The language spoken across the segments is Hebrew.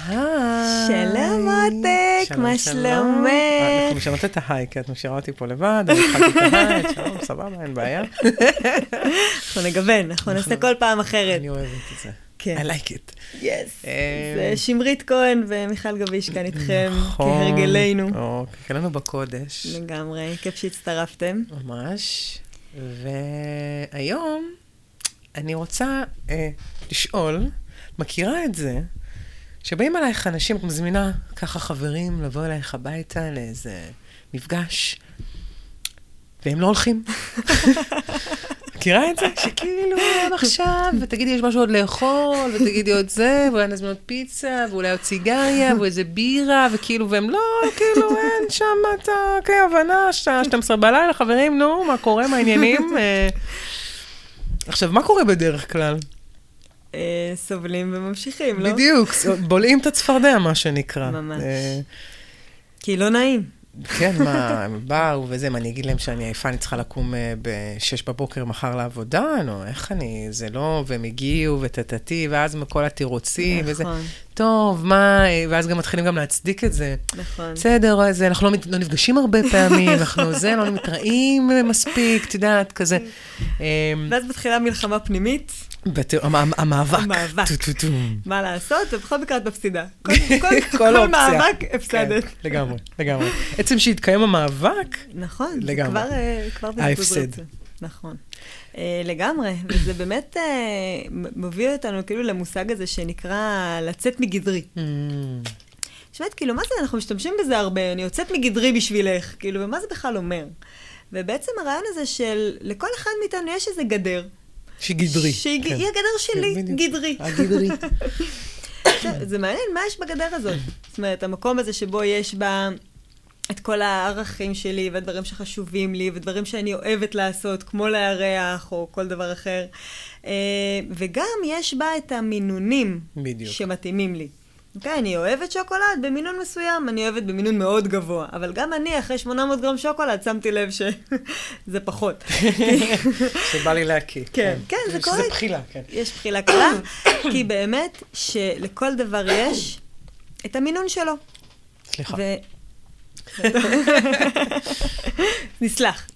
שלום עותק, מה שלומך? אנחנו משנות את ההיי, כי את משאירה אותי פה לבד, אני התחלתי את ההיי, שלום, סבבה, אין בעיה. אנחנו נגוון, אנחנו נעשה כל פעם אחרת. אני אוהבת את זה. כן. I like it. Yes. זה שמרית כהן ומיכל גביש כאן איתכם, כהרגלנו. כהרגלנו בקודש. לגמרי, כיף שהצטרפתם. ממש. והיום אני רוצה לשאול, מכירה את זה, שבאים עלייך אנשים, את מזמינה ככה חברים לבוא אלייך הביתה לאיזה מפגש, והם לא הולכים. מכירה את זה? שכאילו, עכשיו, ותגידי, יש משהו עוד לאכול, ותגידי עוד זה, ואולי נזמין עוד פיצה, ואולי עוד סיגריה, ואיזה בירה, וכאילו, והם לא, כאילו, אין שם את הכוונה, 12 בלילה, חברים, נו, מה קורה, מה העניינים? עכשיו, מה קורה בדרך כלל? סובלים וממשיכים, לא? בדיוק, בולעים את הצפרדע, מה שנקרא. ממש. כי לא נעים. כן, מה, הם באו וזה, מה אני אגיד להם שאני עייפה, אני צריכה לקום ב-6 בבוקר מחר לעבודה, נו, איך אני, זה לא, והם הגיעו ותתתי, ואז מכל התירוצים, וזה, טוב, מה, ואז גם מתחילים גם להצדיק את זה. נכון. בסדר, אנחנו לא נפגשים הרבה פעמים, אנחנו זה, לא מתראים מספיק, תדעת, כזה. ואז מתחילה מלחמה פנימית. המאבק. מה לעשות? ובכל מקרה את מפסידה. כל מאבק הפסדת. לגמרי, לגמרי. עצם שהתקיים המאבק, נכון, זה כבר ההפסד. נכון. לגמרי, וזה באמת מוביל אותנו כאילו למושג הזה שנקרא לצאת מגדרי. שבאמת, כאילו, מה זה? אנחנו משתמשים בזה הרבה, אני יוצאת מגדרי בשבילך, כאילו, ומה זה בכלל אומר? ובעצם הרעיון הזה של לכל אחד מאיתנו יש איזה גדר, שהיא גדרי. היא הגדר שלי, גדרי. הגדרי. זה מעניין, מה יש בגדר הזאת? זאת אומרת, המקום הזה שבו יש בה את כל הערכים שלי, והדברים שחשובים לי, ודברים שאני אוהבת לעשות, כמו לארח, או כל דבר אחר. וגם יש בה את המינונים שמתאימים לי. אוקיי, אני אוהבת שוקולד במינון מסוים, אני אוהבת במינון מאוד גבוה, אבל גם אני, אחרי 800 גרם שוקולד, שמתי לב שזה פחות. שבא לי להקיא. כן, כן, זה קורה. שזה בחילה, כן. יש בחילה קלה, כי באמת שלכל דבר יש את המינון שלו. סליחה. נסלח.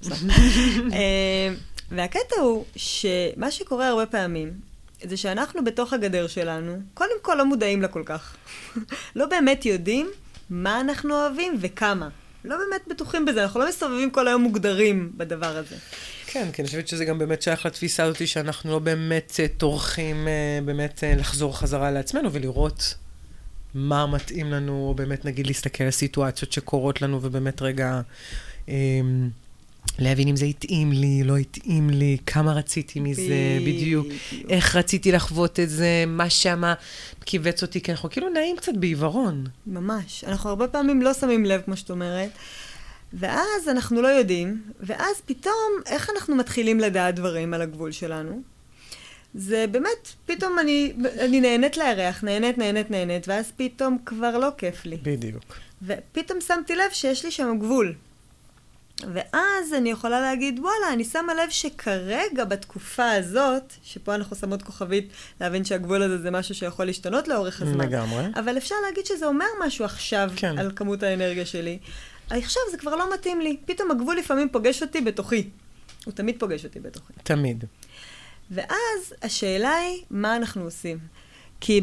והקטע הוא שמה שקורה הרבה פעמים, זה שאנחנו בתוך הגדר שלנו, קודם כל לא מודעים לה כל כך. לא באמת יודעים מה אנחנו אוהבים וכמה. לא באמת בטוחים בזה, אנחנו לא מסתובבים כל היום מוגדרים בדבר הזה. כן, כי אני חושבת שזה גם באמת שייך לתפיסה הזאת, שאנחנו לא באמת טורחים באמת לחזור חזרה לעצמנו, ולראות מה מתאים לנו, או באמת נגיד להסתכל על סיטואציות שקורות לנו, ובאמת רגע להבין אם זה התאים לי, לא התאים לי, כמה רציתי מזה, בדיוק, איך רציתי לחוות את זה, מה שמה כיווץ אותי, כי אנחנו כאילו נעים קצת בעיוורון. ממש, אנחנו הרבה פעמים לא שמים לב, כמו שאת אומרת, ואז אנחנו לא יודעים, ואז פתאום, איך אנחנו מתחילים לדעת דברים על הגבול שלנו? זה באמת, פתאום אני נהנית לארח, נהנית, ואז פתאום כבר לא כיף לי. בדיוק. ופתאום שמתי לב שיש לי שם גבול. ואז אני יכולה להגיד, וואלה, אני שמה לב שכרגע בתקופה הזאת, שפה אנחנו שמות כוכבית, להבין שהגבול הזה זה משהו שיכול להשתנות לאורך הזמן. לגמרי. אבל אפשר להגיד שזה אומר משהו עכשיו, כן. על כמות האנרגיה שלי. עכשיו זה כבר לא מתאים לי. פתאום הגבול לפעמים פוגש אותי בתוכי. הוא תמיד פוגש אותי בתוכי. תמיד. ואז השאלה היא, מה אנחנו עושים? כי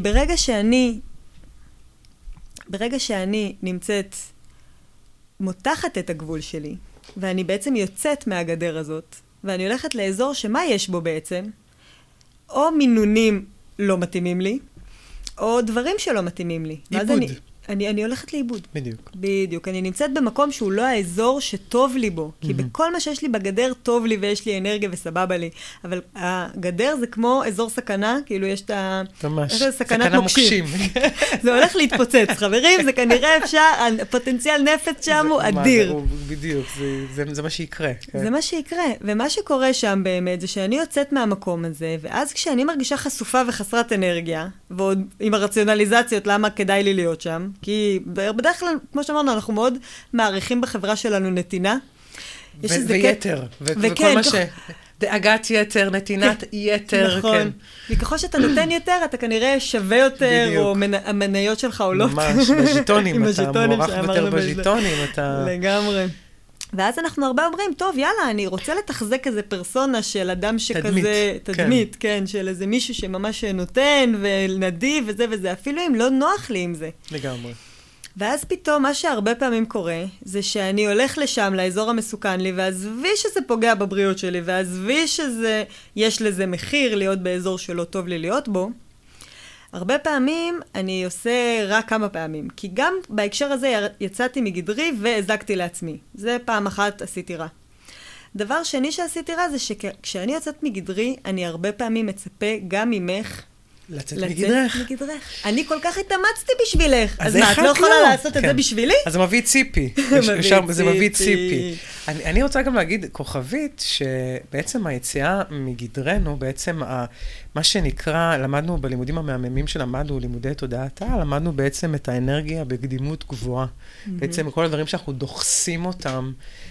ברגע שאני נמצאת מותחת את הגבול שלי, ואני בעצם יוצאת מהגדר הזאת, ואני הולכת לאזור שמה יש בו בעצם, או מינונים לא מתאימים לי, או דברים שלא מתאימים לי. עיבוד. אני הולכת לאיבוד. בדיוק. בדיוק. אני נמצאת במקום שהוא לא האזור שטוב לי בו. כי בכל מה שיש לי בגדר טוב לי ויש לי אנרגיה וסבבה לי. אבל הגדר זה כמו אזור סכנה, כאילו יש את ה... ממש. סכנת מוקשים. זה הולך להתפוצץ, חברים, זה כנראה אפשר, הפוטנציאל נפץ שם הוא אדיר. בדיוק, זה מה שיקרה. זה מה שיקרה. ומה שקורה שם באמת זה שאני יוצאת מהמקום הזה, ואז כשאני מרגישה חשופה וחסרת אנרגיה, ועוד עם הרציונליזציות למה כדאי לי להיות שם, כי בדרך כלל, כמו שאמרנו, אנחנו מאוד מעריכים בחברה שלנו נתינה. ויתר, וכל מה ש... דאגת יתר, נתינת יתר, נכון. כן. וככל שאתה נותן יותר, אתה כנראה שווה יותר, בדיוק. או המניות שלך עולות. ממש, בז'יטונים, עם אתה הז'יטונים מוערך שאמרנו יותר בזה. בז'יטונים, אתה... לגמרי. ואז אנחנו הרבה אומרים, טוב, יאללה, אני רוצה לתחזק איזה פרסונה של אדם שכזה... תדמית, כן, של איזה מישהו שממש נותן ונדיב וזה וזה, אפילו אם לא נוח לי עם זה. לגמרי. ואז פתאום מה שהרבה פעמים קורה, זה שאני הולך לשם, לאזור המסוכן לי, ועזבי שזה פוגע בבריאות שלי, ועזבי שיש לזה מחיר להיות באזור שלא טוב לי להיות בו, הרבה פעמים אני עושה רק כמה פעמים, כי גם בהקשר הזה יצאתי מגדרי והזקתי לעצמי. זה פעם אחת עשיתי רע. דבר שני שעשיתי רע זה שכשאני יוצאת מגדרי, אני הרבה פעמים מצפה גם ממך לצאת מגדרך. אני כל כך התאמצתי בשבילך. אז מה, את לא לא יכולה לעשות את זה בשבילי? אז זה מביא ציפי. זה מביא ציפי. אני רוצה גם להגיד, כוכבית, שבעצם היציאה מגדרנו, בעצם מה שנקרא, למדנו בלימודים המהממים שלמדנו, לימודי תודעתה, למדנו בעצם את האנרגיה בקדימות גבוהה. בעצם כל הדברים שאנחנו דוחסים אותם,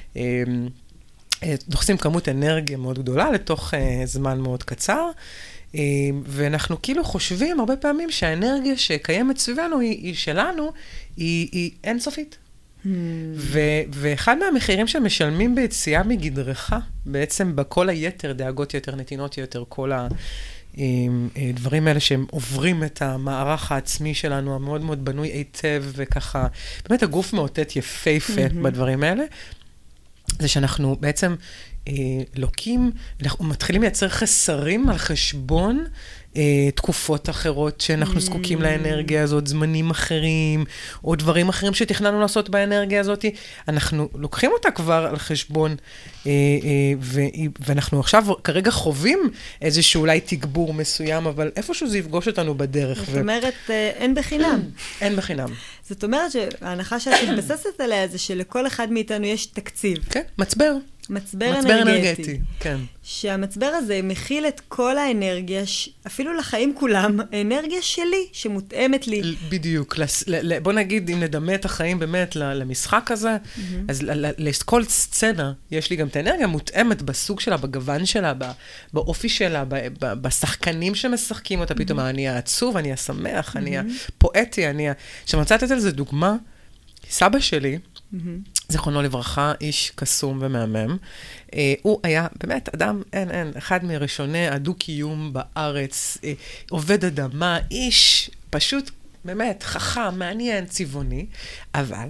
דוחסים כמות אנרגיה מאוד גדולה לתוך זמן מאוד קצר, ואנחנו כאילו חושבים הרבה פעמים שהאנרגיה שקיימת סביבנו היא שלנו, היא אינסופית. ואחד מהמחירים שמשלמים ביציאה מגדרך, בעצם בכל היתר, דאגות יתר, נתינות יתר, כל הדברים האלה שהם עוברים את המערך העצמי שלנו, המאוד מאוד בנוי היטב, וככה, באמת הגוף מאותת יפהפה בדברים האלה, זה שאנחנו בעצם לוקים, אנחנו מתחילים לייצר חסרים על חשבון תקופות אחרות שאנחנו זקוקים לאנרגיה הזאת, זמנים אחרים, או דברים אחרים שתכננו לעשות באנרגיה הזאת, אנחנו לוקחים אותה כבר על חשבון, ואנחנו עכשיו כרגע חווים איזשהו אולי תגבור מסוים, אבל איפשהו זה יפגוש אותנו בדרך. זאת אומרת, אין בחינם. אין בחינם. זאת אומרת שההנחה שאת מתבססת עליה זה שלכל אחד מאיתנו יש תקציב. כן, מצבר. מצבר אנרגטי. כן. שהמצבר הזה מכיל את כל האנרגיה, אפילו לחיים כולם, האנרגיה שלי שמותאמת לי. בדיוק. בוא נגיד, אם נדמה את החיים באמת למשחק הזה, אז לכל סצנה יש לי גם את האנרגיה מותאמת בסוג שלה, בגוון שלה, באופי שלה, בשחקנים שמשחקים אותה, פתאום אני העצוב, אני השמח, אני הפואטי, שמצאת את זה דוגמה, סבא שלי, זכרונו לברכה, איש קסום ומהמם. הוא היה באמת אדם, אחד מראשוני הדו-קיום בארץ, עובד אדמה, איש פשוט באמת חכם, מעניין, צבעוני, אבל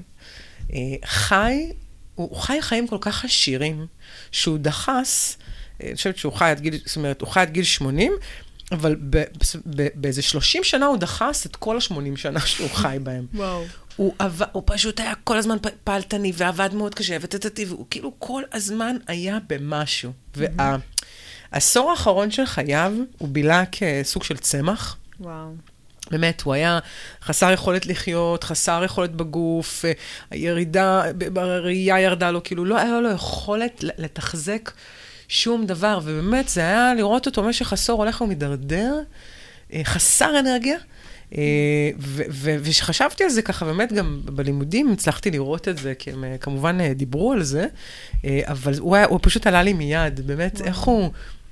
הוא חי חיים כל כך עשירים, שהוא דחס, אני חושבת שהוא חי עד גיל, זאת אומרת, הוא חי עד גיל 80, אבל באיזה 30 שנה הוא דחס את כל ה-80 שנה שהוא חי בהם. וואו. הוא פשוט היה כל הזמן פעלתני, ועבד מאוד קשה, והוא כאילו כל הזמן היה במשהו. והעשור האחרון של חייו, הוא בילה כסוג של צמח. וואו. באמת, הוא היה חסר יכולת לחיות, חסר יכולת בגוף, הירידה, בראייה ירדה לו, כאילו לא היה לו יכולת לתחזק שום דבר, ובאמת זה היה לראות אותו במשך עשור הולך ומדרדר, חסר אנרגיה, ושחשבתי על זה ככה, באמת גם בלימודים הצלחתי לראות את זה, כי הם כמובן דיברו על זה, אבל הוא פשוט עלה לי מיד, באמת איך הוא,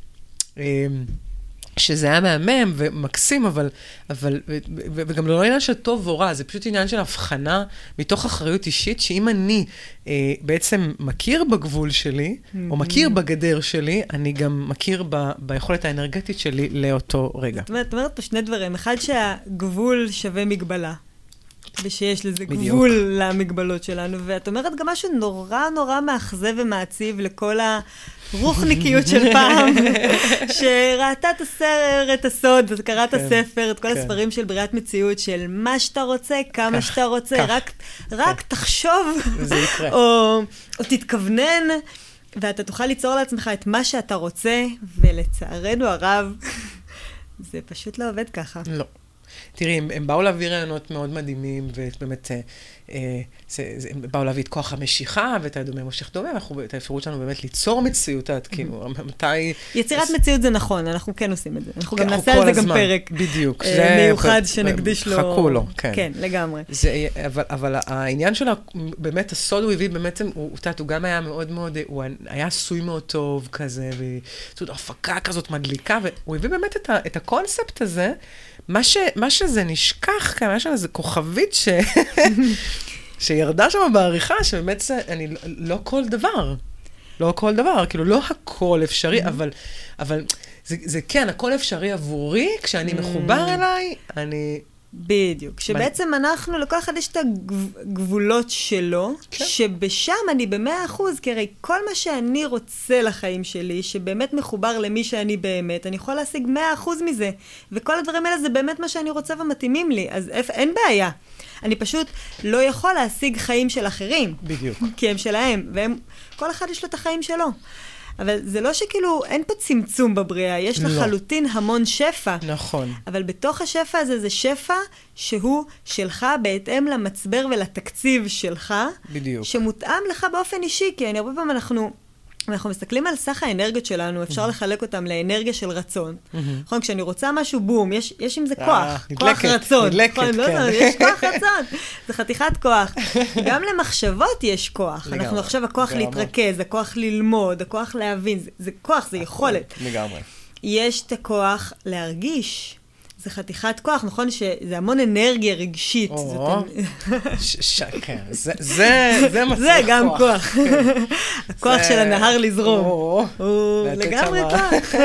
שזה היה מהמם ומקסים, וגם לא עניין של טוב או רע, זה פשוט עניין של הבחנה מתוך אחריות אישית, שאם אני בעצם מכיר בגבול שלי, או מכיר בגדר שלי, אני גם מכיר ביכולת האנרגטית שלי לאותו רגע. זאת אומרת פה שני דברים. אחד שהגבול שווה מגבלה, ושיש לזה גבול למגבלות שלנו, ואת אומרת גם משהו נורא נורא מאכזב ומעציב לכל הרוחניקיות של פעם, שראתה את הסרט, הסוד, קראת הספר, את כל הספרים של בריאת מציאות, של מה שאתה רוצה, כמה שאתה רוצה, רק תחשוב, או תתכוונן, ואתה תוכל ליצור לעצמך את מה שאתה רוצה, ולצערנו הרב, זה פשוט לא עובד ככה. לא. תראי, הם באו להביא רעיונות מאוד מדהימים, ובאמת, הם באו להביא את כוח המשיכה, ואת הדומה מושך דומה, את האפשרות שלנו באמת ליצור מציאות, כאילו, מתי... יצירת מציאות זה נכון, אנחנו כן עושים את זה. אנחנו גם נעשה על זה גם פרק. בדיוק. מיוחד שנקדיש לו... חכו לו, כן. כן, לגמרי. אבל העניין שלו, באמת, הסוד הוא הביא, באמת, הוא גם היה מאוד מאוד, הוא היה עשוי מאוד טוב כזה, וזאת הפקה כזאת מדליקה, והוא הביא באמת את הקונספט הזה, מה שזה נשכח כאן, יש איזו כוכבית שירדה שם בעריכה, שבאמת זה, לא כל דבר, כאילו לא הכל אפשרי, אבל זה כן, הכל אפשרי עבורי, כשאני מחובר אליי, אני... בדיוק, שבעצם אנחנו, לכל אחד יש את הגבולות שלו, שבשם אני ב100%, כי הרי כל מה שאני רוצה לחיים שלי, שבאמת מחובר למי שאני באמת, אני יכול להשיג 100% מזה, וכל הדברים האלה זה באמת מה שאני רוצה ומתאימים לי, אז אין בעיה. אני פשוט לא יכול להשיג חיים של אחרים. בדיוק. כי הם שלהם, כל אחד יש לו את החיים שלו. אבל זה לא שכאילו, אין פה צמצום בבריאה, יש לחלוטין המון שפע. נכון. אבל בתוך השפע הזה זה שפע שהוא שלך בהתאם למצבר ולתקציב שלך. בדיוק. שמותאם לך באופן אישי, כי הרבה פעמים אנחנו מסתכלים על סך האנרגיות שלנו, אפשר לחלק אותם לאנרגיה של רצון. נכון, כשאני רוצה משהו, בום, יש עם זה כוח. כוח רצון. נדלקת, כן. יש כוח רצון. זה חתיכת כוח. גם למחשבות יש כוח. אנחנו עכשיו הכוח להתרכז, הכוח ללמוד, הכוח להבין. זה כוח, זה יכולת. לגמרי. יש את הכוח להרגיש. זה חתיכת כוח, נכון שזה המון אנרגיה רגשית. כן, זה מצריך כוח. זה גם כוח. הכוח של הנהר לזרום. הוא לגמרי כוח.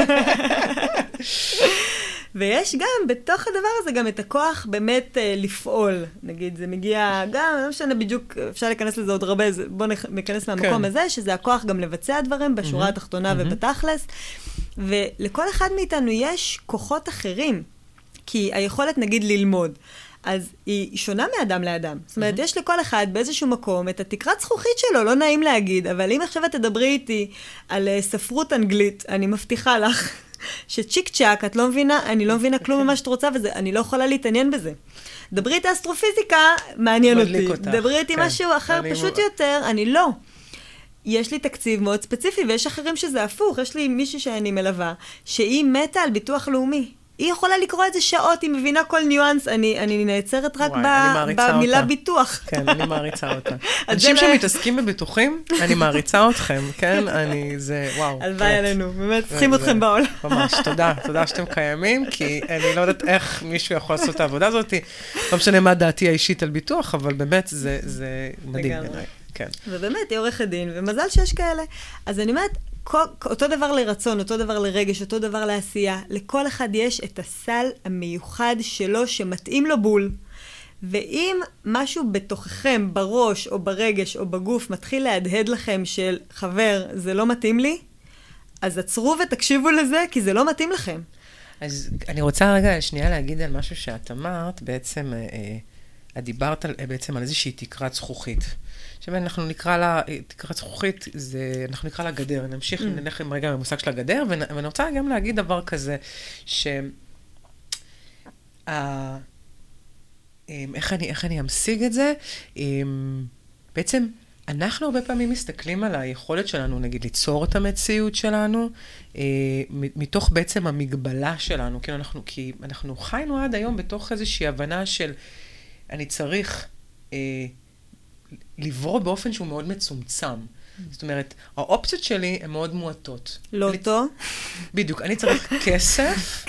ויש גם, בתוך הדבר הזה, גם את הכוח באמת לפעול. נגיד, זה מגיע גם, לא משנה בדיוק, אפשר להיכנס לזה עוד הרבה, בואו ניכנס מהמקום הזה, שזה הכוח גם לבצע דברים בשורה התחתונה ובתכלס. ולכל אחד מאיתנו יש כוחות אחרים. כי היכולת, נגיד, ללמוד, אז היא שונה מאדם לאדם. זאת אומרת, יש לכל אחד באיזשהו מקום את התקרת זכוכית שלו, לא נעים להגיד, אבל אם עכשיו את תדברי איתי על ספרות אנגלית, אני מבטיחה לך שצ'יק צ'אק, את לא מבינה, אני לא מבינה כלום ממה שאת רוצה, ואני לא יכולה להתעניין בזה. דברי איתי אסטרופיזיקה, מעניין אותי. דברי איתי משהו אחר פשוט יותר, אני לא. יש לי תקציב מאוד ספציפי, ויש אחרים שזה הפוך. יש לי מישהי שאני מלווה, שהיא מתה על ביטוח לאומי. היא יכולה לקרוא את זה שעות, היא מבינה כל ניואנס, אני נעצרת רק במילה ביטוח. כן, אני מעריצה אותה. אנשים שמתעסקים בביטוחים, אני מעריצה אתכם, כן? זה, וואו. הלוואי עלינו, באמת, צריכים אתכם בעולם. ממש, תודה שאתם קיימים, כי אני לא יודעת איך מישהו יכול לעשות את העבודה הזאת, לא משנה מה דעתי האישית על ביטוח, אבל באמת זה מדהים בעיניי. כן. ובאמת, היא עורכת דין, ומזל שיש כאלה. אז אני אומרת, אותו דבר לרצון, אותו דבר לרגש, אותו דבר לעשייה. לכל אחד יש את הסל המיוחד שלו שמתאים לו בול. ואם משהו בתוככם, בראש או ברגש או בגוף, מתחיל להדהד לכם של חבר, זה לא מתאים לי, אז עצרו ותקשיבו לזה, כי זה לא מתאים לכם. אז אני רוצה רגע שנייה להגיד על משהו שאת אמרת, בעצם, את דיברת בעצם על איזושהי תקרת זכוכית. אנחנו נקרא לה, תקרת זכוכית, אנחנו נקרא לה גדר. נמשיך, נלך רגע במושג של הגדר, ואני רוצה גם להגיד דבר כזה, איך אני אמשיג את זה? בעצם, אנחנו הרבה פעמים מסתכלים על היכולת שלנו, נגיד, ליצור את המציאות שלנו, מתוך בעצם המגבלה שלנו, כי אנחנו חיינו עד היום בתוך איזושהי הבנה של, אני צריך לברוא באופן שהוא מאוד מצומצם. זאת אומרת, האופציות שלי הן מאוד מועטות. לא אותו? בדיוק, אני צריך כסף,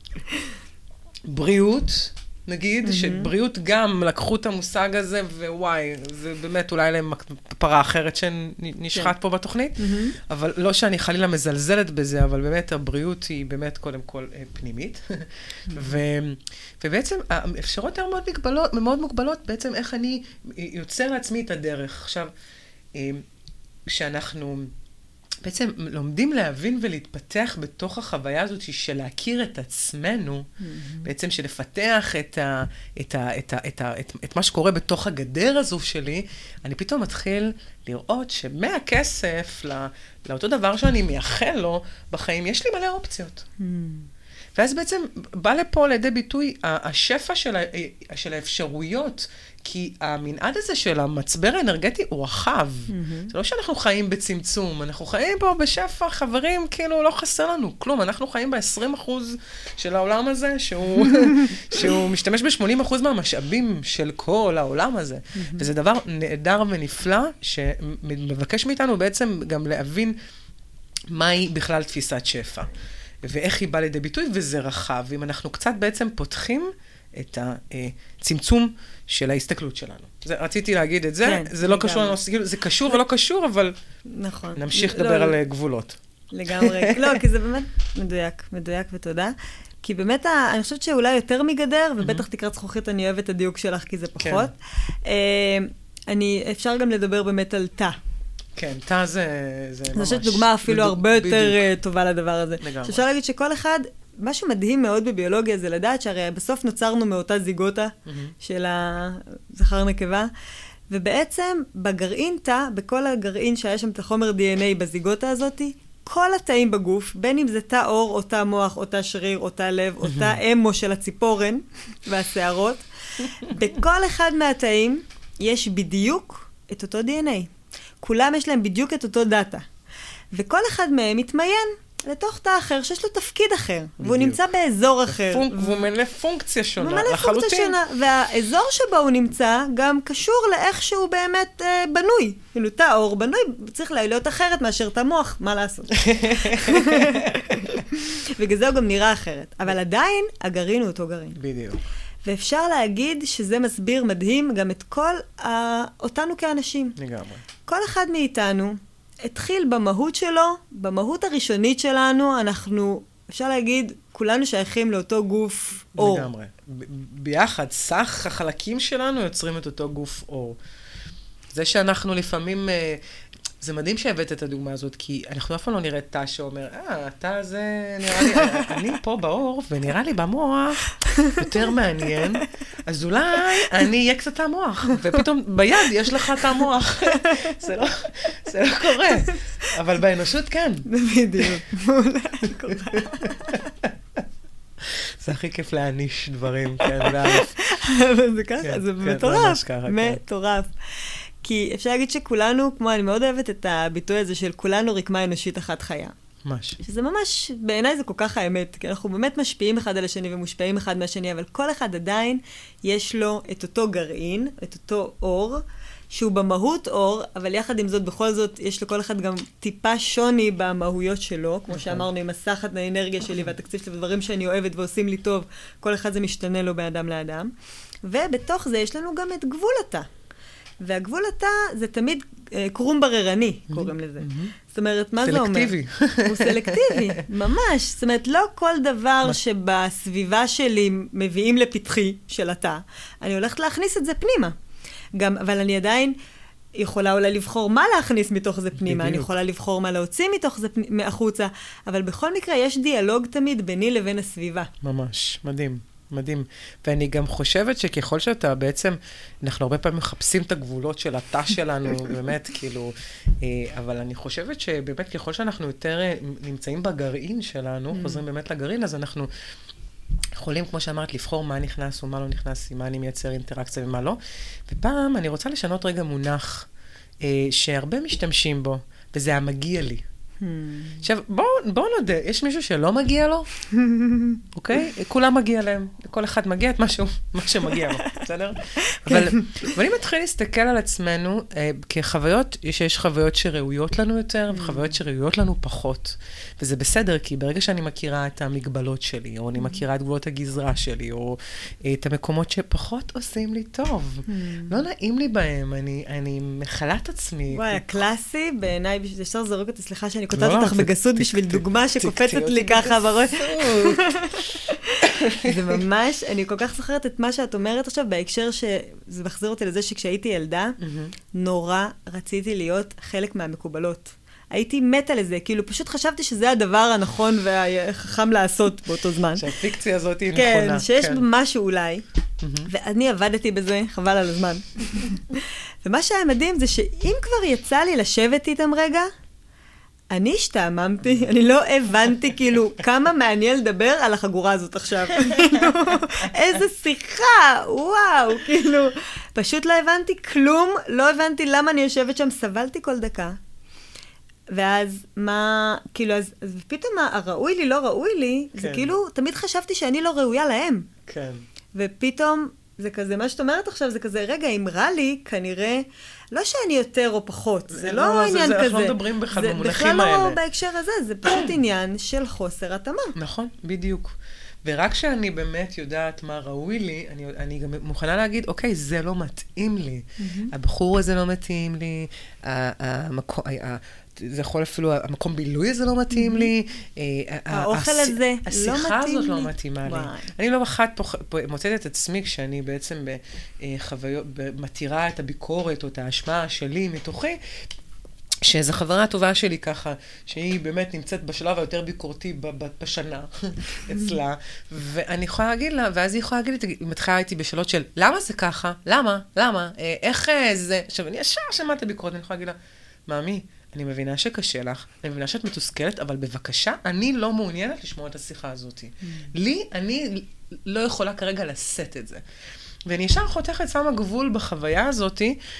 בריאות, נגיד, שבריאות גם לקחו את המושג הזה, ווואי, זה באמת אולי להם פרה אחרת שנשחט פה בתוכנית, אבל לא שאני חלילה מזלזלת בזה, אבל באמת הבריאות היא באמת קודם כל פנימית. ובעצם האפשרות מאוד מוגבלות, בעצם איך אני יוצר לעצמי את הדרך. עכשיו, כשאנחנו בעצם לומדים להבין ולהתפתח בתוך החוויה הזאת של להכיר את עצמנו, בעצם שלפתח את מה שקורה בתוך הגדר הזו שלי, אני פתאום מתחיל לראות שמהכסף לאותו דבר שאני מייחל לו בחיים, יש לי מלא אופציות. ואז בעצם בא לפה לידי ביטוי השפע של האפשרויות, כי המנעד הזה של המצבר האנרגטי הוא רחב. זה לא שאנחנו חיים בצמצום, אנחנו חיים פה בשפע, חברים, כאילו לא חסר לנו כלום. אנחנו חיים ב-20% של העולם הזה, שהוא משתמש ב-80% מהמשאבים של כל העולם הזה. וזה דבר נהדר ונפלא, שמבקש מאיתנו בעצם גם להבין מהי בכלל תפיסת שפע. ואיך היא באה לידי ביטוי, וזה רחב. אם אנחנו קצת בעצם פותחים את הצמצום של ההסתכלות שלנו. רציתי להגיד את זה, כן, זה לא קשור לנושא, זה קשור ולא קשור, אבל נכון. נמשיך לדבר על גבולות. לגמרי. לא, כי זה באמת מדויק ותודה. כי באמת, אני חושבת שאולי יותר מגדר, ובטח תקרת זכוכית, אני אוהבת את הדיוק שלך, כי זה פחות. אפשר גם לדבר באמת על תא. כן, תא זה ממש... אני חושבת דוגמה אפילו הרבה יותר טובה לדבר הזה. לגמרי. שאפשר להגיד שכל אחד... משהו מדהים מאוד בביולוגיה זה לדעת שהרי בסוף נוצרנו מאותה זיגוטה של הזכר נקבה, ובעצם בגרעין תא, בכל הגרעין שהיה שם את החומר DNA בזיגוטה הזאת, כל התאים בגוף, בין אם זה תא עור, או תא מוח, או תא שריר, או תא לב, או תא אמו של הציפורן והשערות, בכל אחד מהתאים יש בדיוק את אותו DNA. כולם יש להם בדיוק את אותו דאטה. וכל אחד מהם מתמיין לתוך תא אחר, שיש לו תפקיד אחר, והוא נמצא באזור אחר. והוא מלא פונקציה שונה, לחלוטין. והאזור שבו הוא נמצא גם קשור לאיך שהוא באמת בנוי. כאילו, תא עור בנוי, צריך להיות אחרת מאשר תא מוח, מה לעשות? בגלל זה הוא גם נראה אחרת. אבל עדיין, הגרעין הוא אותו גרעין. בדיוק. ואפשר להגיד שזה מסביר מדהים גם את כל אותנו כאנשים. לגמרי. כל אחד מאיתנו, התחיל במהות שלו, במהות הראשונית שלנו, אנחנו, אפשר להגיד, כולנו שייכים לאותו גוף אור. לגמרי. ביחד, סך החלקים שלנו יוצרים את אותו גוף אור. זה שאנחנו לפעמים, זה מדהים שהבאת את הדוגמה הזאת, כי אנחנו אף פעם לא נראה תא שאומר, תא הזה נראה לי, אני פה באור, ונראה לי במוח יותר מעניין, אז אולי אני אהיה קצת תא מוח, ופתאום ביד יש לך תא מוח. זה לא קורה, אבל באנושות כן. בדיוק, אולי קורה. זה הכי כיף להניש דברים, כן, אבל זה ככה, זה מטורף, מטורף. כי אפשר להגיד שכולנו, כמו אני מאוד אוהבת את הביטוי הזה של כולנו רקמה אנושית אחת חיה. ממש. שזה ממש, בעיניי זה כל כך האמת, כי אנחנו באמת משפיעים אחד על השני ומושפעים אחד מהשני, אבל כל אחד עדיין יש לו את אותו גרעין, את אותו אור, שהוא במהות אור, אבל יחד עם זאת, בכל זאת, יש לכל אחד גם טיפה שוני במהויות שלו, כמו שאמרנו, עם הסחת האנרגיה שלי והתקציב שלי, ודברים שאני אוהבת ועושים לי טוב, כל אחד זה משתנה לו באדם לאדם. ובתוך זה יש לנו גם את גבול התא. והגבול התא זה תמיד קרום בררני, קוראים לזה. זאת אומרת, מה זה אומר? סלקטיבי. הוא סלקטיבי, ממש. זאת אומרת, לא כל דבר שבסביבה שלי מביאים לפתחי של התא, אני הולכת להכניס את זה פנימה. גם, אבל אני עדיין יכולה אולי לבחור מה להכניס מתוך זה פנימה, אני יכולה לבחור מה להוציא מתוך זה החוצה, אבל בכל מקרה יש דיאלוג תמיד ביני לבין הסביבה. ממש, מדהים. מדהים. ואני גם חושבת שככל שאתה בעצם, אנחנו הרבה פעמים מחפשים את הגבולות של התא שלנו, באמת, כאילו, אבל אני חושבת שבאמת ככל שאנחנו יותר נמצאים בגרעין שלנו, חוזרים באמת לגרעין, אז אנחנו יכולים, כמו שאמרת, לבחור מה נכנס ומה לא נכנס, עם מה אני מייצר אינטראקציה ומה לא. ופעם אני רוצה לשנות רגע מונח שהרבה משתמשים בו, וזה המגיע לי. עכשיו, בואו נודה, יש מישהו שלא מגיע לו? אוקיי? כולם מגיע להם. כל אחד מגיע את מה שמגיע לו, בסדר? אבל אם נתחיל להסתכל על עצמנו, כחוויות, יש חוויות שראויות לנו יותר, וחוויות שראויות לנו פחות. וזה בסדר, כי ברגע שאני מכירה את המגבלות שלי, או אני מכירה את גבולות הגזרה שלי, או את המקומות שפחות עושים לי טוב, לא נעים לי בהם, אני מחלה את עצמי. וואי, הקלאסי, בעיניי, ישר זרוק את הסליחה שאני קוטעת אותך בגסות בשביל דוגמה שקופצת לי ככה בראש. זה ממש, אני כל כך זוכרת את מה שאת אומרת עכשיו, בהקשר שזה מחזיר אותי לזה שכשהייתי ילדה, נורא רציתי להיות חלק מהמקובלות. הייתי מתה לזה, כאילו פשוט חשבתי שזה הדבר הנכון והחכם לעשות באותו זמן. שהפיקציה הזאת היא נכונה. כן, שיש משהו אולי, ואני עבדתי בזה, חבל על הזמן. ומה שהיה מדהים זה שאם כבר יצא לי לשבת איתם רגע, אני השתעממתי, אני לא הבנתי כאילו כמה מעניין לדבר על החגורה הזאת עכשיו. איזה שיחה, וואו, כאילו, פשוט לא הבנתי כלום, לא הבנתי למה אני יושבת שם, סבלתי כל דקה. ואז מה, כאילו, אז פתאום הראוי לי, לא ראוי לי, זה כאילו, תמיד חשבתי שאני לא ראויה להם. כן. ופתאום, זה כזה, מה שאת אומרת עכשיו, זה כזה, רגע, אם רע לי, כנראה, לא שאני יותר או פחות, זה לא עניין כזה. אנחנו לא מדברים בכלל במונחים האלה. זה בכלל לא בהקשר הזה, זה פשוט עניין של חוסר התאמה. נכון, בדיוק. ורק כשאני באמת יודעת מה ראוי לי, אני גם מוכנה להגיד, אוקיי, זה לא מתאים לי. הבחור הזה לא מתאים לי, זה יכול אפילו, המקום בילוי הזה לא מתאים לי, האוכל הזה לא מתאים לי. השיחה הזאת לא מתאימה לי. אני לא אחת מוצאת את עצמי כשאני בעצם מתירה את הביקורת או את האשמה שלי מתוכי, שאיזו חברה טובה שלי ככה, שהיא באמת נמצאת בשלב היותר ביקורתי בשנה אצלה, ואני יכולה להגיד לה, ואז היא יכולה להגיד לי, היא מתחילה איתי בשאלות של, למה זה ככה? למה? למה? איך זה? עכשיו, אני ישר שמעת ביקורת, אני יכולה להגיד לה, מאמי, אני מבינה שקשה לך, אני מבינה שאת מתוסכלת, אבל בבקשה, אני לא מעוניינת לשמוע את השיחה הזאת. אני לא יכולה כרגע לשאת את זה. ואני ישר חותכת שמה גבול בחוויה הזאת,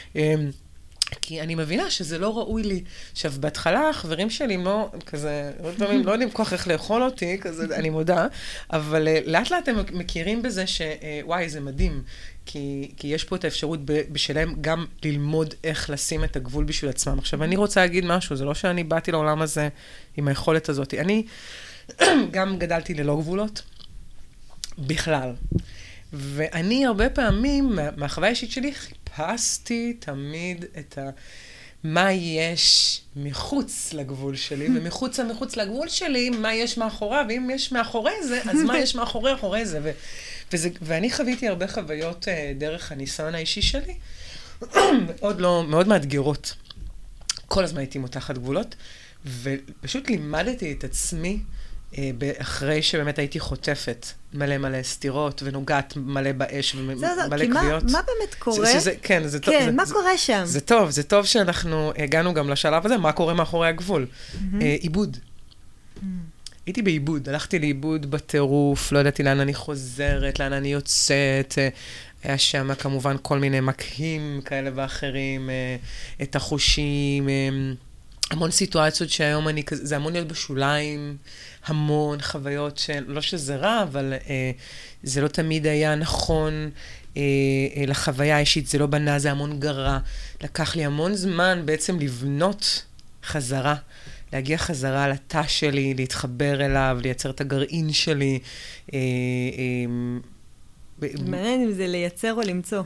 כי אני מבינה שזה לא ראוי לי. עכשיו, בהתחלה, החברים שלי לא, כזה, לא יודעים כל כך איך לאכול אותי, כזה, אני מודה, אבל לאט לאט הם מכירים בזה שוואי, זה מדהים, כי יש פה את האפשרות בשלהם גם ללמוד איך לשים את הגבול בשביל עצמם. עכשיו, אני רוצה להגיד משהו, זה לא שאני באתי לעולם הזה עם היכולת הזאת. אני גם גדלתי ללא גבולות, בכלל. ואני הרבה פעמים, מהחוויה האישית שלי, חיפשתי תמיד את מה יש מחוץ לגבול שלי, ומחוץ לגבול שלי, מה יש מאחוריו, ואם יש מאחורי זה, אז מה יש מאחורי זה. ואני חוויתי הרבה חוויות דרך הניסיון האישי שלי, מאוד מאתגרות. כל הזמן הייתי מותחת גבולות, ופשוט לימדתי את עצמי, אחרי שבאמת הייתי חוטפת מלא סתירות, ונוגעת מלא באש, ומלא קביעות. מה באמת קורה? כן, זה טוב. כן, מה קורה שם? זה טוב שאנחנו הגענו גם לשלב הזה, מה קורה מאחורי הגבול. עיבוד. הייתי בעיבוד, הלכתי לאיבוד בטירוף, לא ידעתי לאן אני חוזרת, לאן אני יוצאת, היה שם כמובן כל מיני מקהים כאלה ואחרים, את החושים, המון סיטואציות שהיום זה המון להיות בשוליים, המון חוויות לא שזה רע, אבל זה לא תמיד היה נכון לחוויה האישית, זה לא בנה, זה המון גרה. לקח לי המון זמן בעצם לבנות חזרה, להגיע חזרה לתא שלי, להתחבר אליו, לייצר את הגרעין שלי. מעניין אם זה לייצר או למצוא.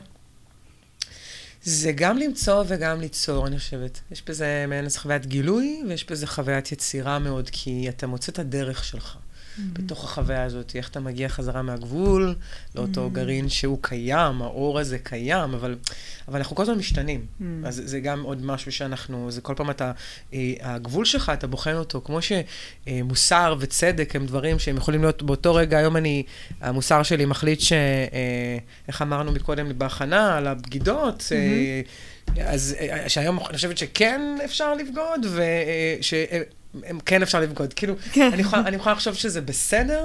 זה גם למצוא וגם ליצור, אני חושבת. יש בזה מעין חוויית גילוי, ויש בזה חוויית יצירה מאוד, כי אתה מוצא את הדרך שלך בתוך החוויה הזאת. איך אתה מגיע חזרה מהגבול, לאותו גרעין שהוא קיים, האור הזה קיים, אבל אנחנו כל הזמן משתנים. אז זה גם עוד משהו שאנחנו, זה כל פעם הגבול שלך, אתה בוחן אותו, כמו שמוסר וצדק הם דברים שהם יכולים להיות באותו רגע. היום המוסר שלי מחליט איך אמרנו מקודם בהכנה, על הבגידות, אז שהיום אני חושבת שכן אפשר לבגוד, כן אפשר לבגוד. כאילו, אני יכולה לחשוב שזה בסדר,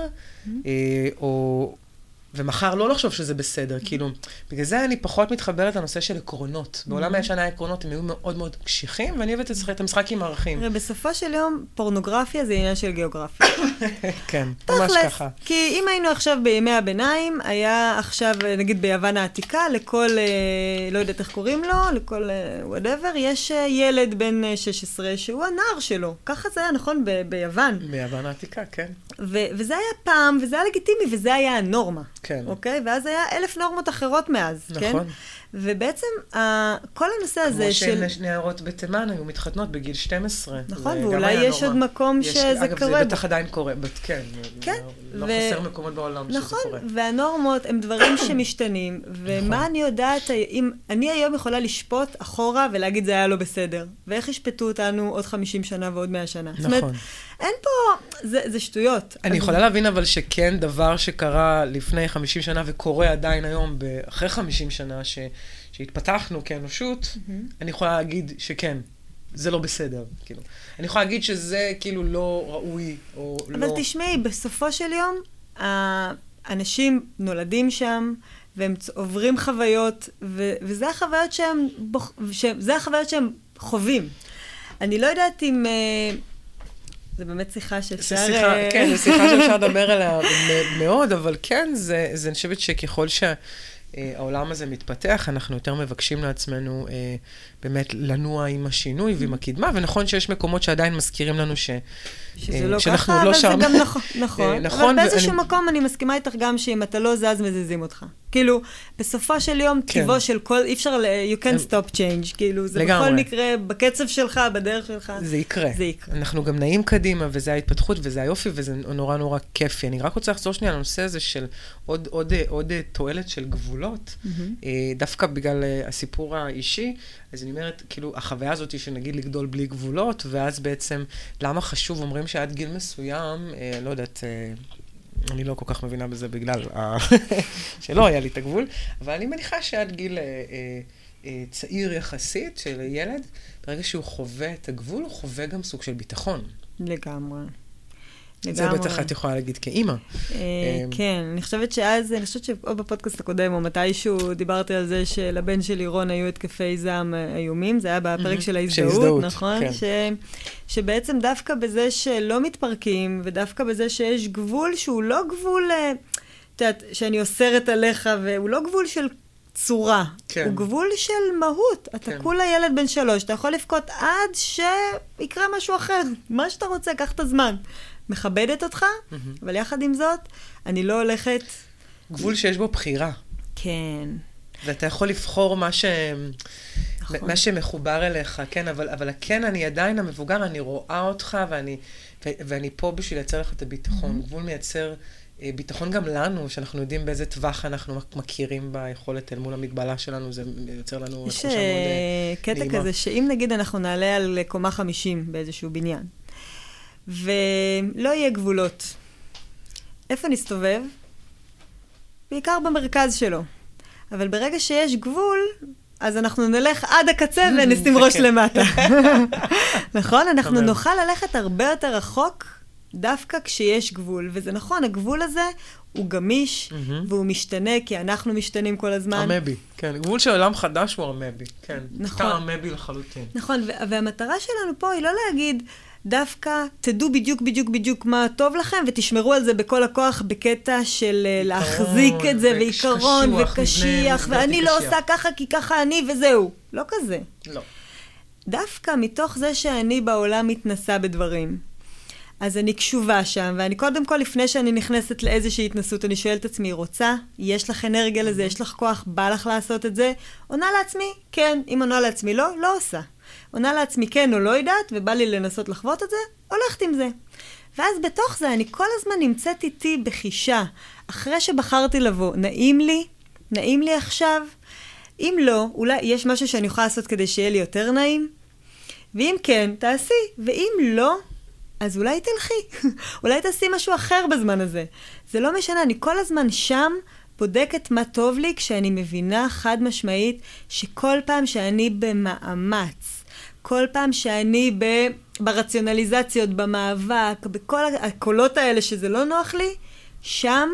ומחר לא לחשוב שזה בסדר. כאילו, בגלל זה אני פחות מתחברת לנושא של עקרונות. בעולם הישן העקרונות הם היו מאוד מאוד קשיחים, ואני אוהבת את המשחק עם ערכים. בסופו של יום, פורנוגרפיה זה עניין של גיאוגרפיה. כן, ממש ככה. כי אם היינו עכשיו בימי הביניים, היה עכשיו, נגיד ביוון העתיקה, לכל, לא יודעת איך קוראים לו, לכל whatever, יש ילד בן 16 שהוא הנער שלו. ככה זה היה נכון ביוון. ביוון העתיקה, כן. וזה היה פעם, וזה היה לגיטימי, וזה היה הנורמה. כן. אוקיי? ואז היה 1000 נורמות אחרות מאז, כן? נכון. ובעצם, כל הנושא הזה של... כמו שנערות בתימן היו מתחתנות בגיל 12. נכון, ואולי יש עוד מקום שזה קורה. אגב, זה בטח עדיין קורה, כן. כן. לא חסר מקומות בעולם שזה קורה. נכון, והנורמות הם דברים שמשתנים, ומה אני יודעת, אם אני היום יכולה לשפוט אחורה ולהגיד זה היה לא בסדר, ואיך ישפטו אותנו עוד 50 שנה ועוד 100 שנה. נכון. זאת אומרת, אין פה, זה שטויות. אני יכולה להבין אבל שכן דבר שקרה לפני 50 שנה וקורה עדיין היום, אחרי 50 שנה שהתפתחנו כאנושות, אני יכולה להגיד שכן. זה לא בסדר, כאילו. אני יכולה להגיד שזה כאילו לא ראוי, או לא... אבל תשמעי, בסופו של יום, האנשים נולדים שם, והם עוברים חוויות, וזה החוויות שהם חווים. אני לא יודעת אם... זה באמת שיחה שאפשר... כן, זו שיחה שאפשר לדבר עליה מאוד, אבל כן, אני חושבת שככל שהעולם הזה מתפתח, אנחנו יותר מבקשים לעצמנו באמת לנוע עם השינוי ועם הקדמה, ונכון שיש מקומות שעדיין מזכירים לנו שזה לא ככה, אבל זה גם נכון. אבל באיזשהו מקום אני מסכימה איתך גם שאם אתה לא זז, מזיזים אותך. כאילו, בסופו של יום, טבעו של כל, אי אפשר, you can't stop change, כאילו, זה בכל מקרה, בקצב שלך, בדרך שלך. זה יקרה. אנחנו גם נעים קדימה, וזה ההתפתחות, וזה היופי, וזה נורא נורא כיפי. אני רק רוצה לחזור שנייה על הנושא הזה של עוד תועלת של גבולות, דווקא בגלל הסיפור האישי, אז אני אומרת, כאילו, החוויה הזאת שנגיד לגדול בלי גבולות, ואז בעצם, למה חשוב, אומרים שעד גיל מסוים, לא יודעת, אני לא כל כך מבינה בזה בגלל שלא היה לי את הגבול, אבל אני מניחה שעד גיל צעיר יחסית של ילד, ברגע שהוא חווה את הגבול, הוא חווה גם סוג של ביטחון. לגמרי. זה בטח את יכולה להגיד כאימא. כן, אני חושבת שעוד בפודקאסט הקודם, או מתישהו דיברתי על זה שלבן של לירון היו התקפי זעם איומים, זה היה בפרק של ההזדהות, נכון? שבעצם דווקא בזה שלא מתפרקים, ודווקא בזה שיש גבול שהוא לא גבול, את יודעת, שאני אוסרת עליך, והוא לא גבול של צורה, הוא גבול של מהות. אתה כולה ילד בן 3, אתה יכול לפקוט עד שיקרה משהו אחר. מה שאתה רוצה, קח את הזמן. מכבדת אותך, אבל יחד עם זאת, אני לא הולכת... גבול שיש בו בחירה. כן. ואתה יכול לבחור מה שמחובר אליך, כן, אבל כן, אני עדיין המבוגר, אני רואה אותך, ואני פה בשביל לייצר לך את הביטחון. גבול מייצר ביטחון גם לנו, שאנחנו יודעים באיזה טווח אנחנו מכירים ביכולת אל מול המגבלה שלנו, זה יוצר לנו תחושה מאוד נעימה. יש קטע כזה, שאם נגיד אנחנו נעלה על קומה 50 באיזשהו בניין, ולא יהיה גבולות. איפה נסתובב? בעיקר במרכז שלו. אבל ברגע שיש גבול, אז אנחנו נלך עד הקצה ונשים ראש למטה. נכון? אנחנו נוכל ללכת הרבה יותר רחוק, דווקא כשיש גבול. וזה נכון, הגבול הזה הוא גמיש, והוא משתנה, כי אנחנו משתנים כל הזמן. המבי, כן. גבול של עולם חדש הוא המבי, כן. נכון. המבי לחלוטין. נכון, והמטרה שלנו פה היא לא להגיד... דווקא תדעו בדיוק מה טוב לכם, ותשמרו על זה בכל הכוח בקטע של להחזיק את זה, ועיקרון, וקשיח, ואני לא עושה ככה כי ככה אני, וזהו. לא כזה. לא. דווקא מתוך זה שאני בעולם מתנסה בדברים. אז אני קשובה שם, ואני קודם כל, לפני שאני נכנסת לאיזושהי התנסות, אני שואלת את עצמי, רוצה? יש לך אנרגיה לזה? יש לך כוח? בא לך לעשות את זה? עונה לעצמי? כן. אם עונה לעצמי לא, לא עושה. עונה לעצמי כן או לא יודעת, ובא לי לנסות לחוות את זה, הולכת עם זה. ואז בתוך זה אני כל הזמן נמצאת איתי בחישה, אחרי שבחרתי לבוא, נעים לי עכשיו, אם לא, אולי יש משהו שאני יכולה לעשות כדי שיהיה לי יותר נעים, ואם כן, תעשי, ואם לא, אז אולי תלכי, אולי תעשי משהו אחר בזמן הזה. זה לא משנה, אני כל הזמן שם, בודקת מה טוב לי, כשאני מבינה חד משמעית, שכל פעם שאני במאמץ, כל פעם שאני ברציונליזציות, במאבק, בכל הקולות האלה שזה לא נוח לי, שם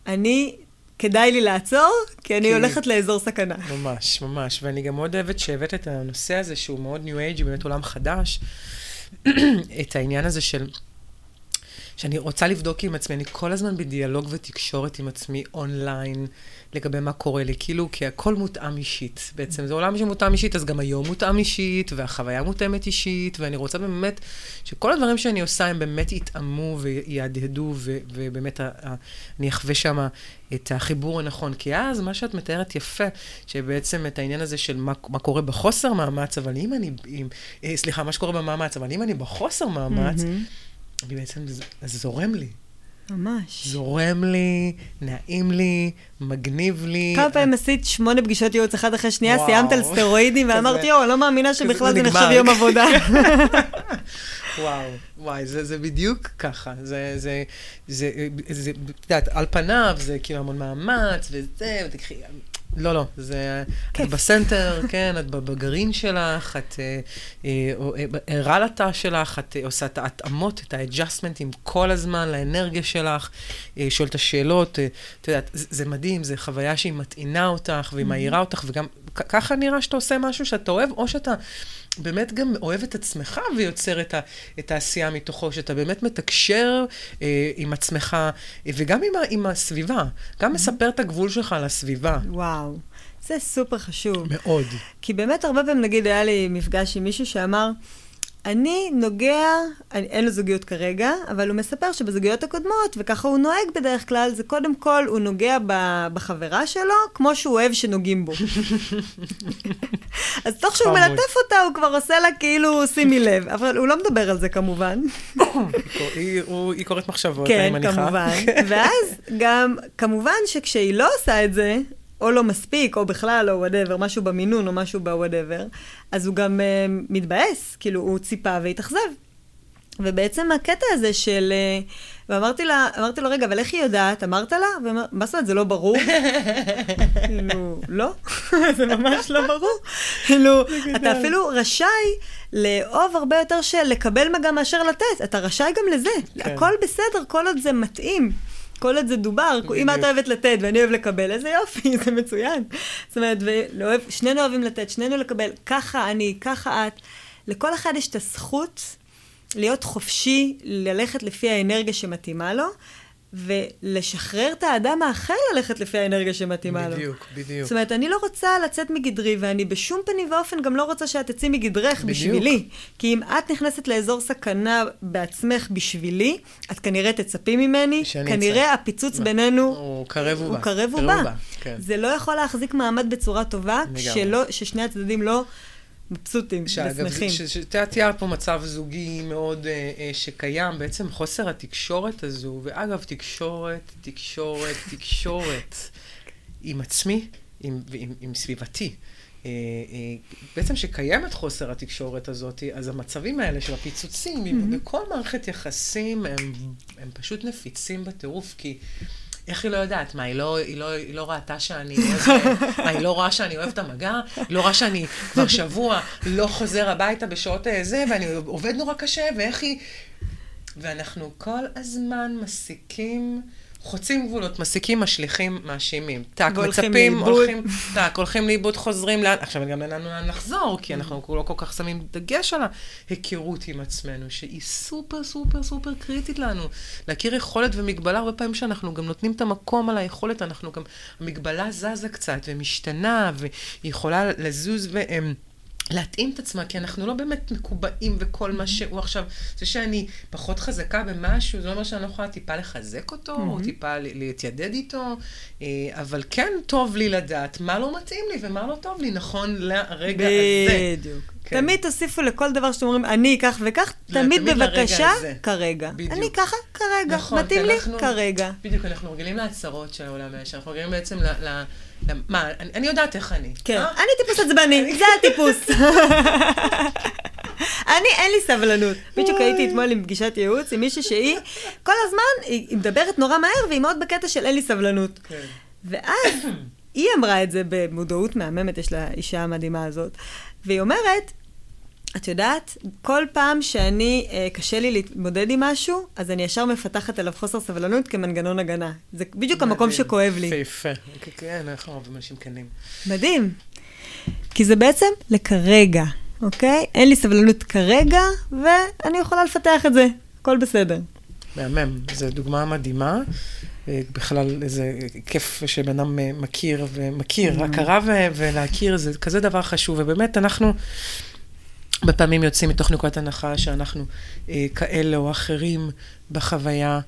כדאי לי לעצור, כי אני הולכת לאזור סכנה. ממש, ממש. ואני גם מאוד אוהבת שהבאת את הנושא הזה, שהוא מאוד ניו אייג', באמת עולם חדש, את העניין הזה שאני רוצה לבדוק עם עצמי, אני כל הזמן בדיאלוג ותקשורת עם עצמי אונליין, לגבי מה קורה לי, כאילו, כי הכל מותאם אישית. בעצם זה עולם שמותאם אישית, אז גם היום מותאם אישית, והחוויה מותאמת אישית, ואני רוצה באמת שכל הדברים שאני עושה, הם באמת יתאמו ויעדהדו, ובאמת אני אחווה שם את החיבור הנכון. כי אז מה שאת מתארת יפה, שבעצם את העניין הזה של מה קורה בחוסר מאמץ, אבל אם אני, סליחה, מה שקורה במאמץ, אבל אם אני בחוסר מאמץ, אני בעצם, זה זורם לי. ממש. זורם לי, נעים לי, מגניב לי. כמה פעמים עשית 8 פגישות ייעוץ אחד אחרי שנייה, סיימת על סטרואידים, ואמרתי, אני לא מאמינה שבכלל זה נחשב יום עבודה. וואי, זה בדיוק ככה. זה, את יודעת, על פניו, זה כאילו המון מאמץ, וזה, לא, את בסנטר, כן, את בגרעין שלך, את ערה לתא שלך, את עושה את ההתאמות, את האדג'סטמנטים כל הזמן לאנרגיה שלך, שואלת השאלות, את יודעת, זה מדהים, זה חוויה שהיא מטעינה אותך, והיא מהירה אותך, וגם ככה נראה שאתה עושה משהו שאתה אוהב, או שאתה באמת גם אוהב את עצמך ויוצר את העשייה מתוכו, שאתה באמת מתקשר עם עצמך, וגם עם הסביבה, גם מספר את הגבול שלך על הסביבה. וואו, זה סופר חשוב. מאוד. כי באמת הרבה פעמים, נגיד, היה לי מפגש עם מישהו שאמר, אני נוגע, אין לו זוגיות כרגע, אבל הוא מספר שבזוגיות הקודמות, וככה הוא נוהג בדרך כלל, זה קודם כל, הוא נוגע בחברה שלו, כמו שהוא אוהב שנוגעים בו. אז תוך שהוא מלטף אותה, הוא כבר עושה לה כאילו, שימי לב, אבל הוא לא מדבר על זה כמובן. היא קוראת מחשבות, אני מניחה. כן, כמובן. ואז גם, כמובן שכשהיא לא עושה את זה, או לא מספיק, או בכלל, או whatever, משהו במינון, או משהו ב-whatever, אז הוא גם מתבאס, כאילו, הוא ציפה והתאכזב. ובעצם הקטע הזה של... ואמרתי לו, רגע, אבל איך היא יודעת? אמרת לה? ומה זאת אומרת, זה לא ברור? כאילו, לא, זה ממש לא ברור. כאילו, אתה אפילו רשאי לאהוב הרבה יותר של לקבל מגע מאשר לתת. אתה רשאי גם לזה. הכל בסדר, כל עוד זה מתאים. כל עוד זה דובר, אם את אוהבת לתת ואני אוהב לקבל, איזה יופי, זה מצוין. זאת אומרת, שנינו אוהבים לתת, שנינו לקבל, ככה אני, ככה את. לכל אחד יש את הזכות להיות חופשי, ללכת לפי האנרגיה שמתאימה לו, ולשחרר את האדם האחר ללכת לפי האנרגיה שמתאימה לו. בדיוק. זאת אומרת, אני לא רוצה לצאת מגדרי, ואני בשום פנים ואופן גם לא רוצה שאת תצאי מגדרך בשבילי. כי אם את נכנסת לאזור סכנה בעצמך בשבילי, את כנראה תצפי ממני, כנראה הפיצוץ בינינו הוא קרב ובא. זה לא יכול להחזיק מעמד בצורה טובה, ששני הצדדים לא מבסוטים ושמחים. תיאר פה מצב זוגי מאוד שקיים, בעצם חוסר התקשורת הזו, ואגב, תקשורת עם עצמי ועם סביבתי. בעצם שקיימת חוסר התקשורת הזאת, אז המצבים האלה של הפיצוצים, בכל מערכת יחסים, הם פשוט נפיצים בטירוף, כי איך היא לא יודעת? מה, היא לא ראתה שאני אוהב... מה, היא לא רואה שאני אוהב את המגע? היא לא רואה שאני כבר שבוע לא חוזר הביתה בשעות זה, ואני עובד נורא קשה, ואיך היא... ואנחנו כל הזמן מסיקים, חוצים גבולות, מסיקים, משליכים, מאשימים. מצפים, הולכים לאיבוד, חוזרים לאן... עכשיו, גם אין לנו לאן לחזור, כי אנחנו לא כל כך שמים דגש על ההיכרות עם עצמנו, שהיא סופר, סופר, סופר קריטית לנו. להכיר יכולת ומגבלה, הרבה פעמים שאנחנו גם נותנים את המקום על היכולת, אנחנו גם... המגבלה זזה קצת ומשתנה, והיא יכולה לזוז להתאים את עצמה, כי אנחנו לא באמת מקובעים וכל מה שהוא עכשיו, זה שאני פחות חזקה במשהו, זה לא אומר שאני לא יכולה טיפה לחזק אותו, או טיפה להתיידד איתו, אבל כן טוב לי לדעת מה לא מתאים לי ומה לא טוב לי, נכון לרגע הזה. בדיוק. תמיד תוסיפו לכל דבר שאתם אומרים, אני כך וכך, תמיד בבקשה, כרגע. אני ככה, כרגע. מתאים לי, כרגע. בדיוק, אנחנו רגילים להצהרות של העולם הישר, אנחנו רגילים בעצם מה, אני יודעת איך אני. כן, אני טיפוס עצבני, זה הטיפוס. אין לי סבלנות. בדיוק הייתי אתמול עם פגישת ייעוץ, עם מישהי שהיא, כל הזמן, היא מדברת נורא מהר, והיא מאוד בקטע של אין לי סבלנות. ואז היא אמרה את זה במודעות מהממת, יש לה אישה המדהימה הזאת, והיא אומרת, את יודעת, כל פעם שאני, קשה לי להתמודד עם משהו, אז אני ישר מפתחת עליו חוסר סבלנות כמנגנון הגנה. זה בדיוק המקום שכואב לי. יפה. כן, אנחנו אוהבים אנשים כנים. מדהים. כי זה בעצם לכרגע, אוקיי? אין לי סבלנות כרגע, ואני יכולה לפתח את זה. הכל בסדר. מהמם. זו דוגמה מדהימה. בכלל איזה כיף שבן אדם מכיר ומכיר. הכרה ולהכיר זה כזה דבר חשוב. ובאמת אנחנו... בפעמים יוצאים מתוך נקודת הנחה שאנחנו כאלה או אחרים בחוויה,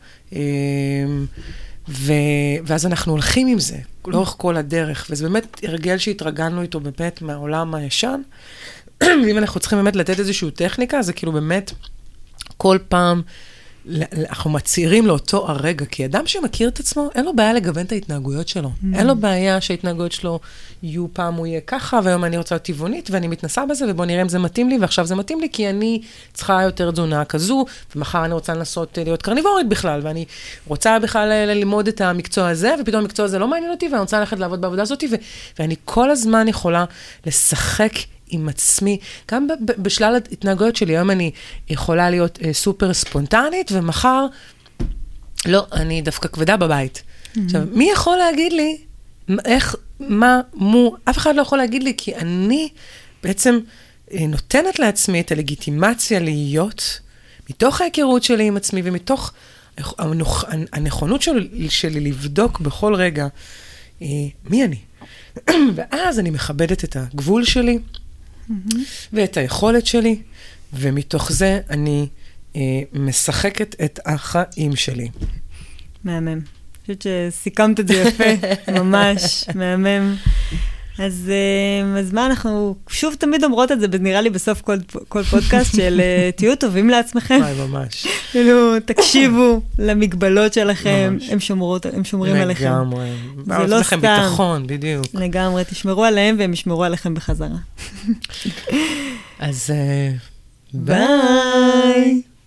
ואז אנחנו הולכים עם זה, לאורך כל הדרך, וזה באמת הרגל שהתרגלנו איתו באמת מהעולם הישן, ואם אנחנו צריכים באמת לתת איזושהי טכניקה, זה כאילו באמת כל פעם אנחנו מצעירים לאותו הרגע, כי אדם שמכיר את עצמו, אין לו בעיה לגוון את ההתנהגויות שלו. אין לו בעיה שההתנהגויות שלו יהיו פעם הוא יהיה ככה, והיום אני רוצה להיות טבעונית, ואני מתנסה בזה, ובוא נראה אם זה מתאים לי, ועכשיו זה מתאים לי, כי אני צריכה יותר תזונה כזו, ומחר אני רוצה לנסות להיות קרניבורית בכלל, ואני רוצה בכלל ללמוד את המקצוע הזה, ופתאום המקצוע הזה לא מעניין אותי, ואני רוצה ללכת לעבוד בעבודה הזאת, ואני כל הזמן יכולה לשחק עם עצמי, גם בשלל ההתנהגויות שלי, היום אני יכולה להיות סופר ספונטנית, ומחר, לא, אני דווקא כבדה בבית. עכשיו, מי יכול להגיד לי, איך, מה, אף אחד לא יכול להגיד לי, כי אני בעצם נותנת לעצמי את הלגיטימציה להיות, מתוך ההיכרות שלי עם עצמי, ומתוך הנכונות שלי לבדוק בכל רגע, מי אני. ואז אני מכבדת את הגבול שלי, ואת היכולת שלי, ומתוך זה אני משחקת את החיים שלי. מהמם. אני חושבת שסיכמת את זה יפה, ממש, מהמם. אז מה אנחנו שוב תמיד אומרות את זה, נראה לי בסוף כל פודקאסט של תהיו טובים לעצמכם. ממש. כאילו, תקשיבו למגבלות שלכם, הם שומרים עליכם. לגמרי. זה לא סתם. ביטחון, בדיוק. לגמרי, תשמרו עליהם והם ישמרו עליכם בחזרה. אז ביי.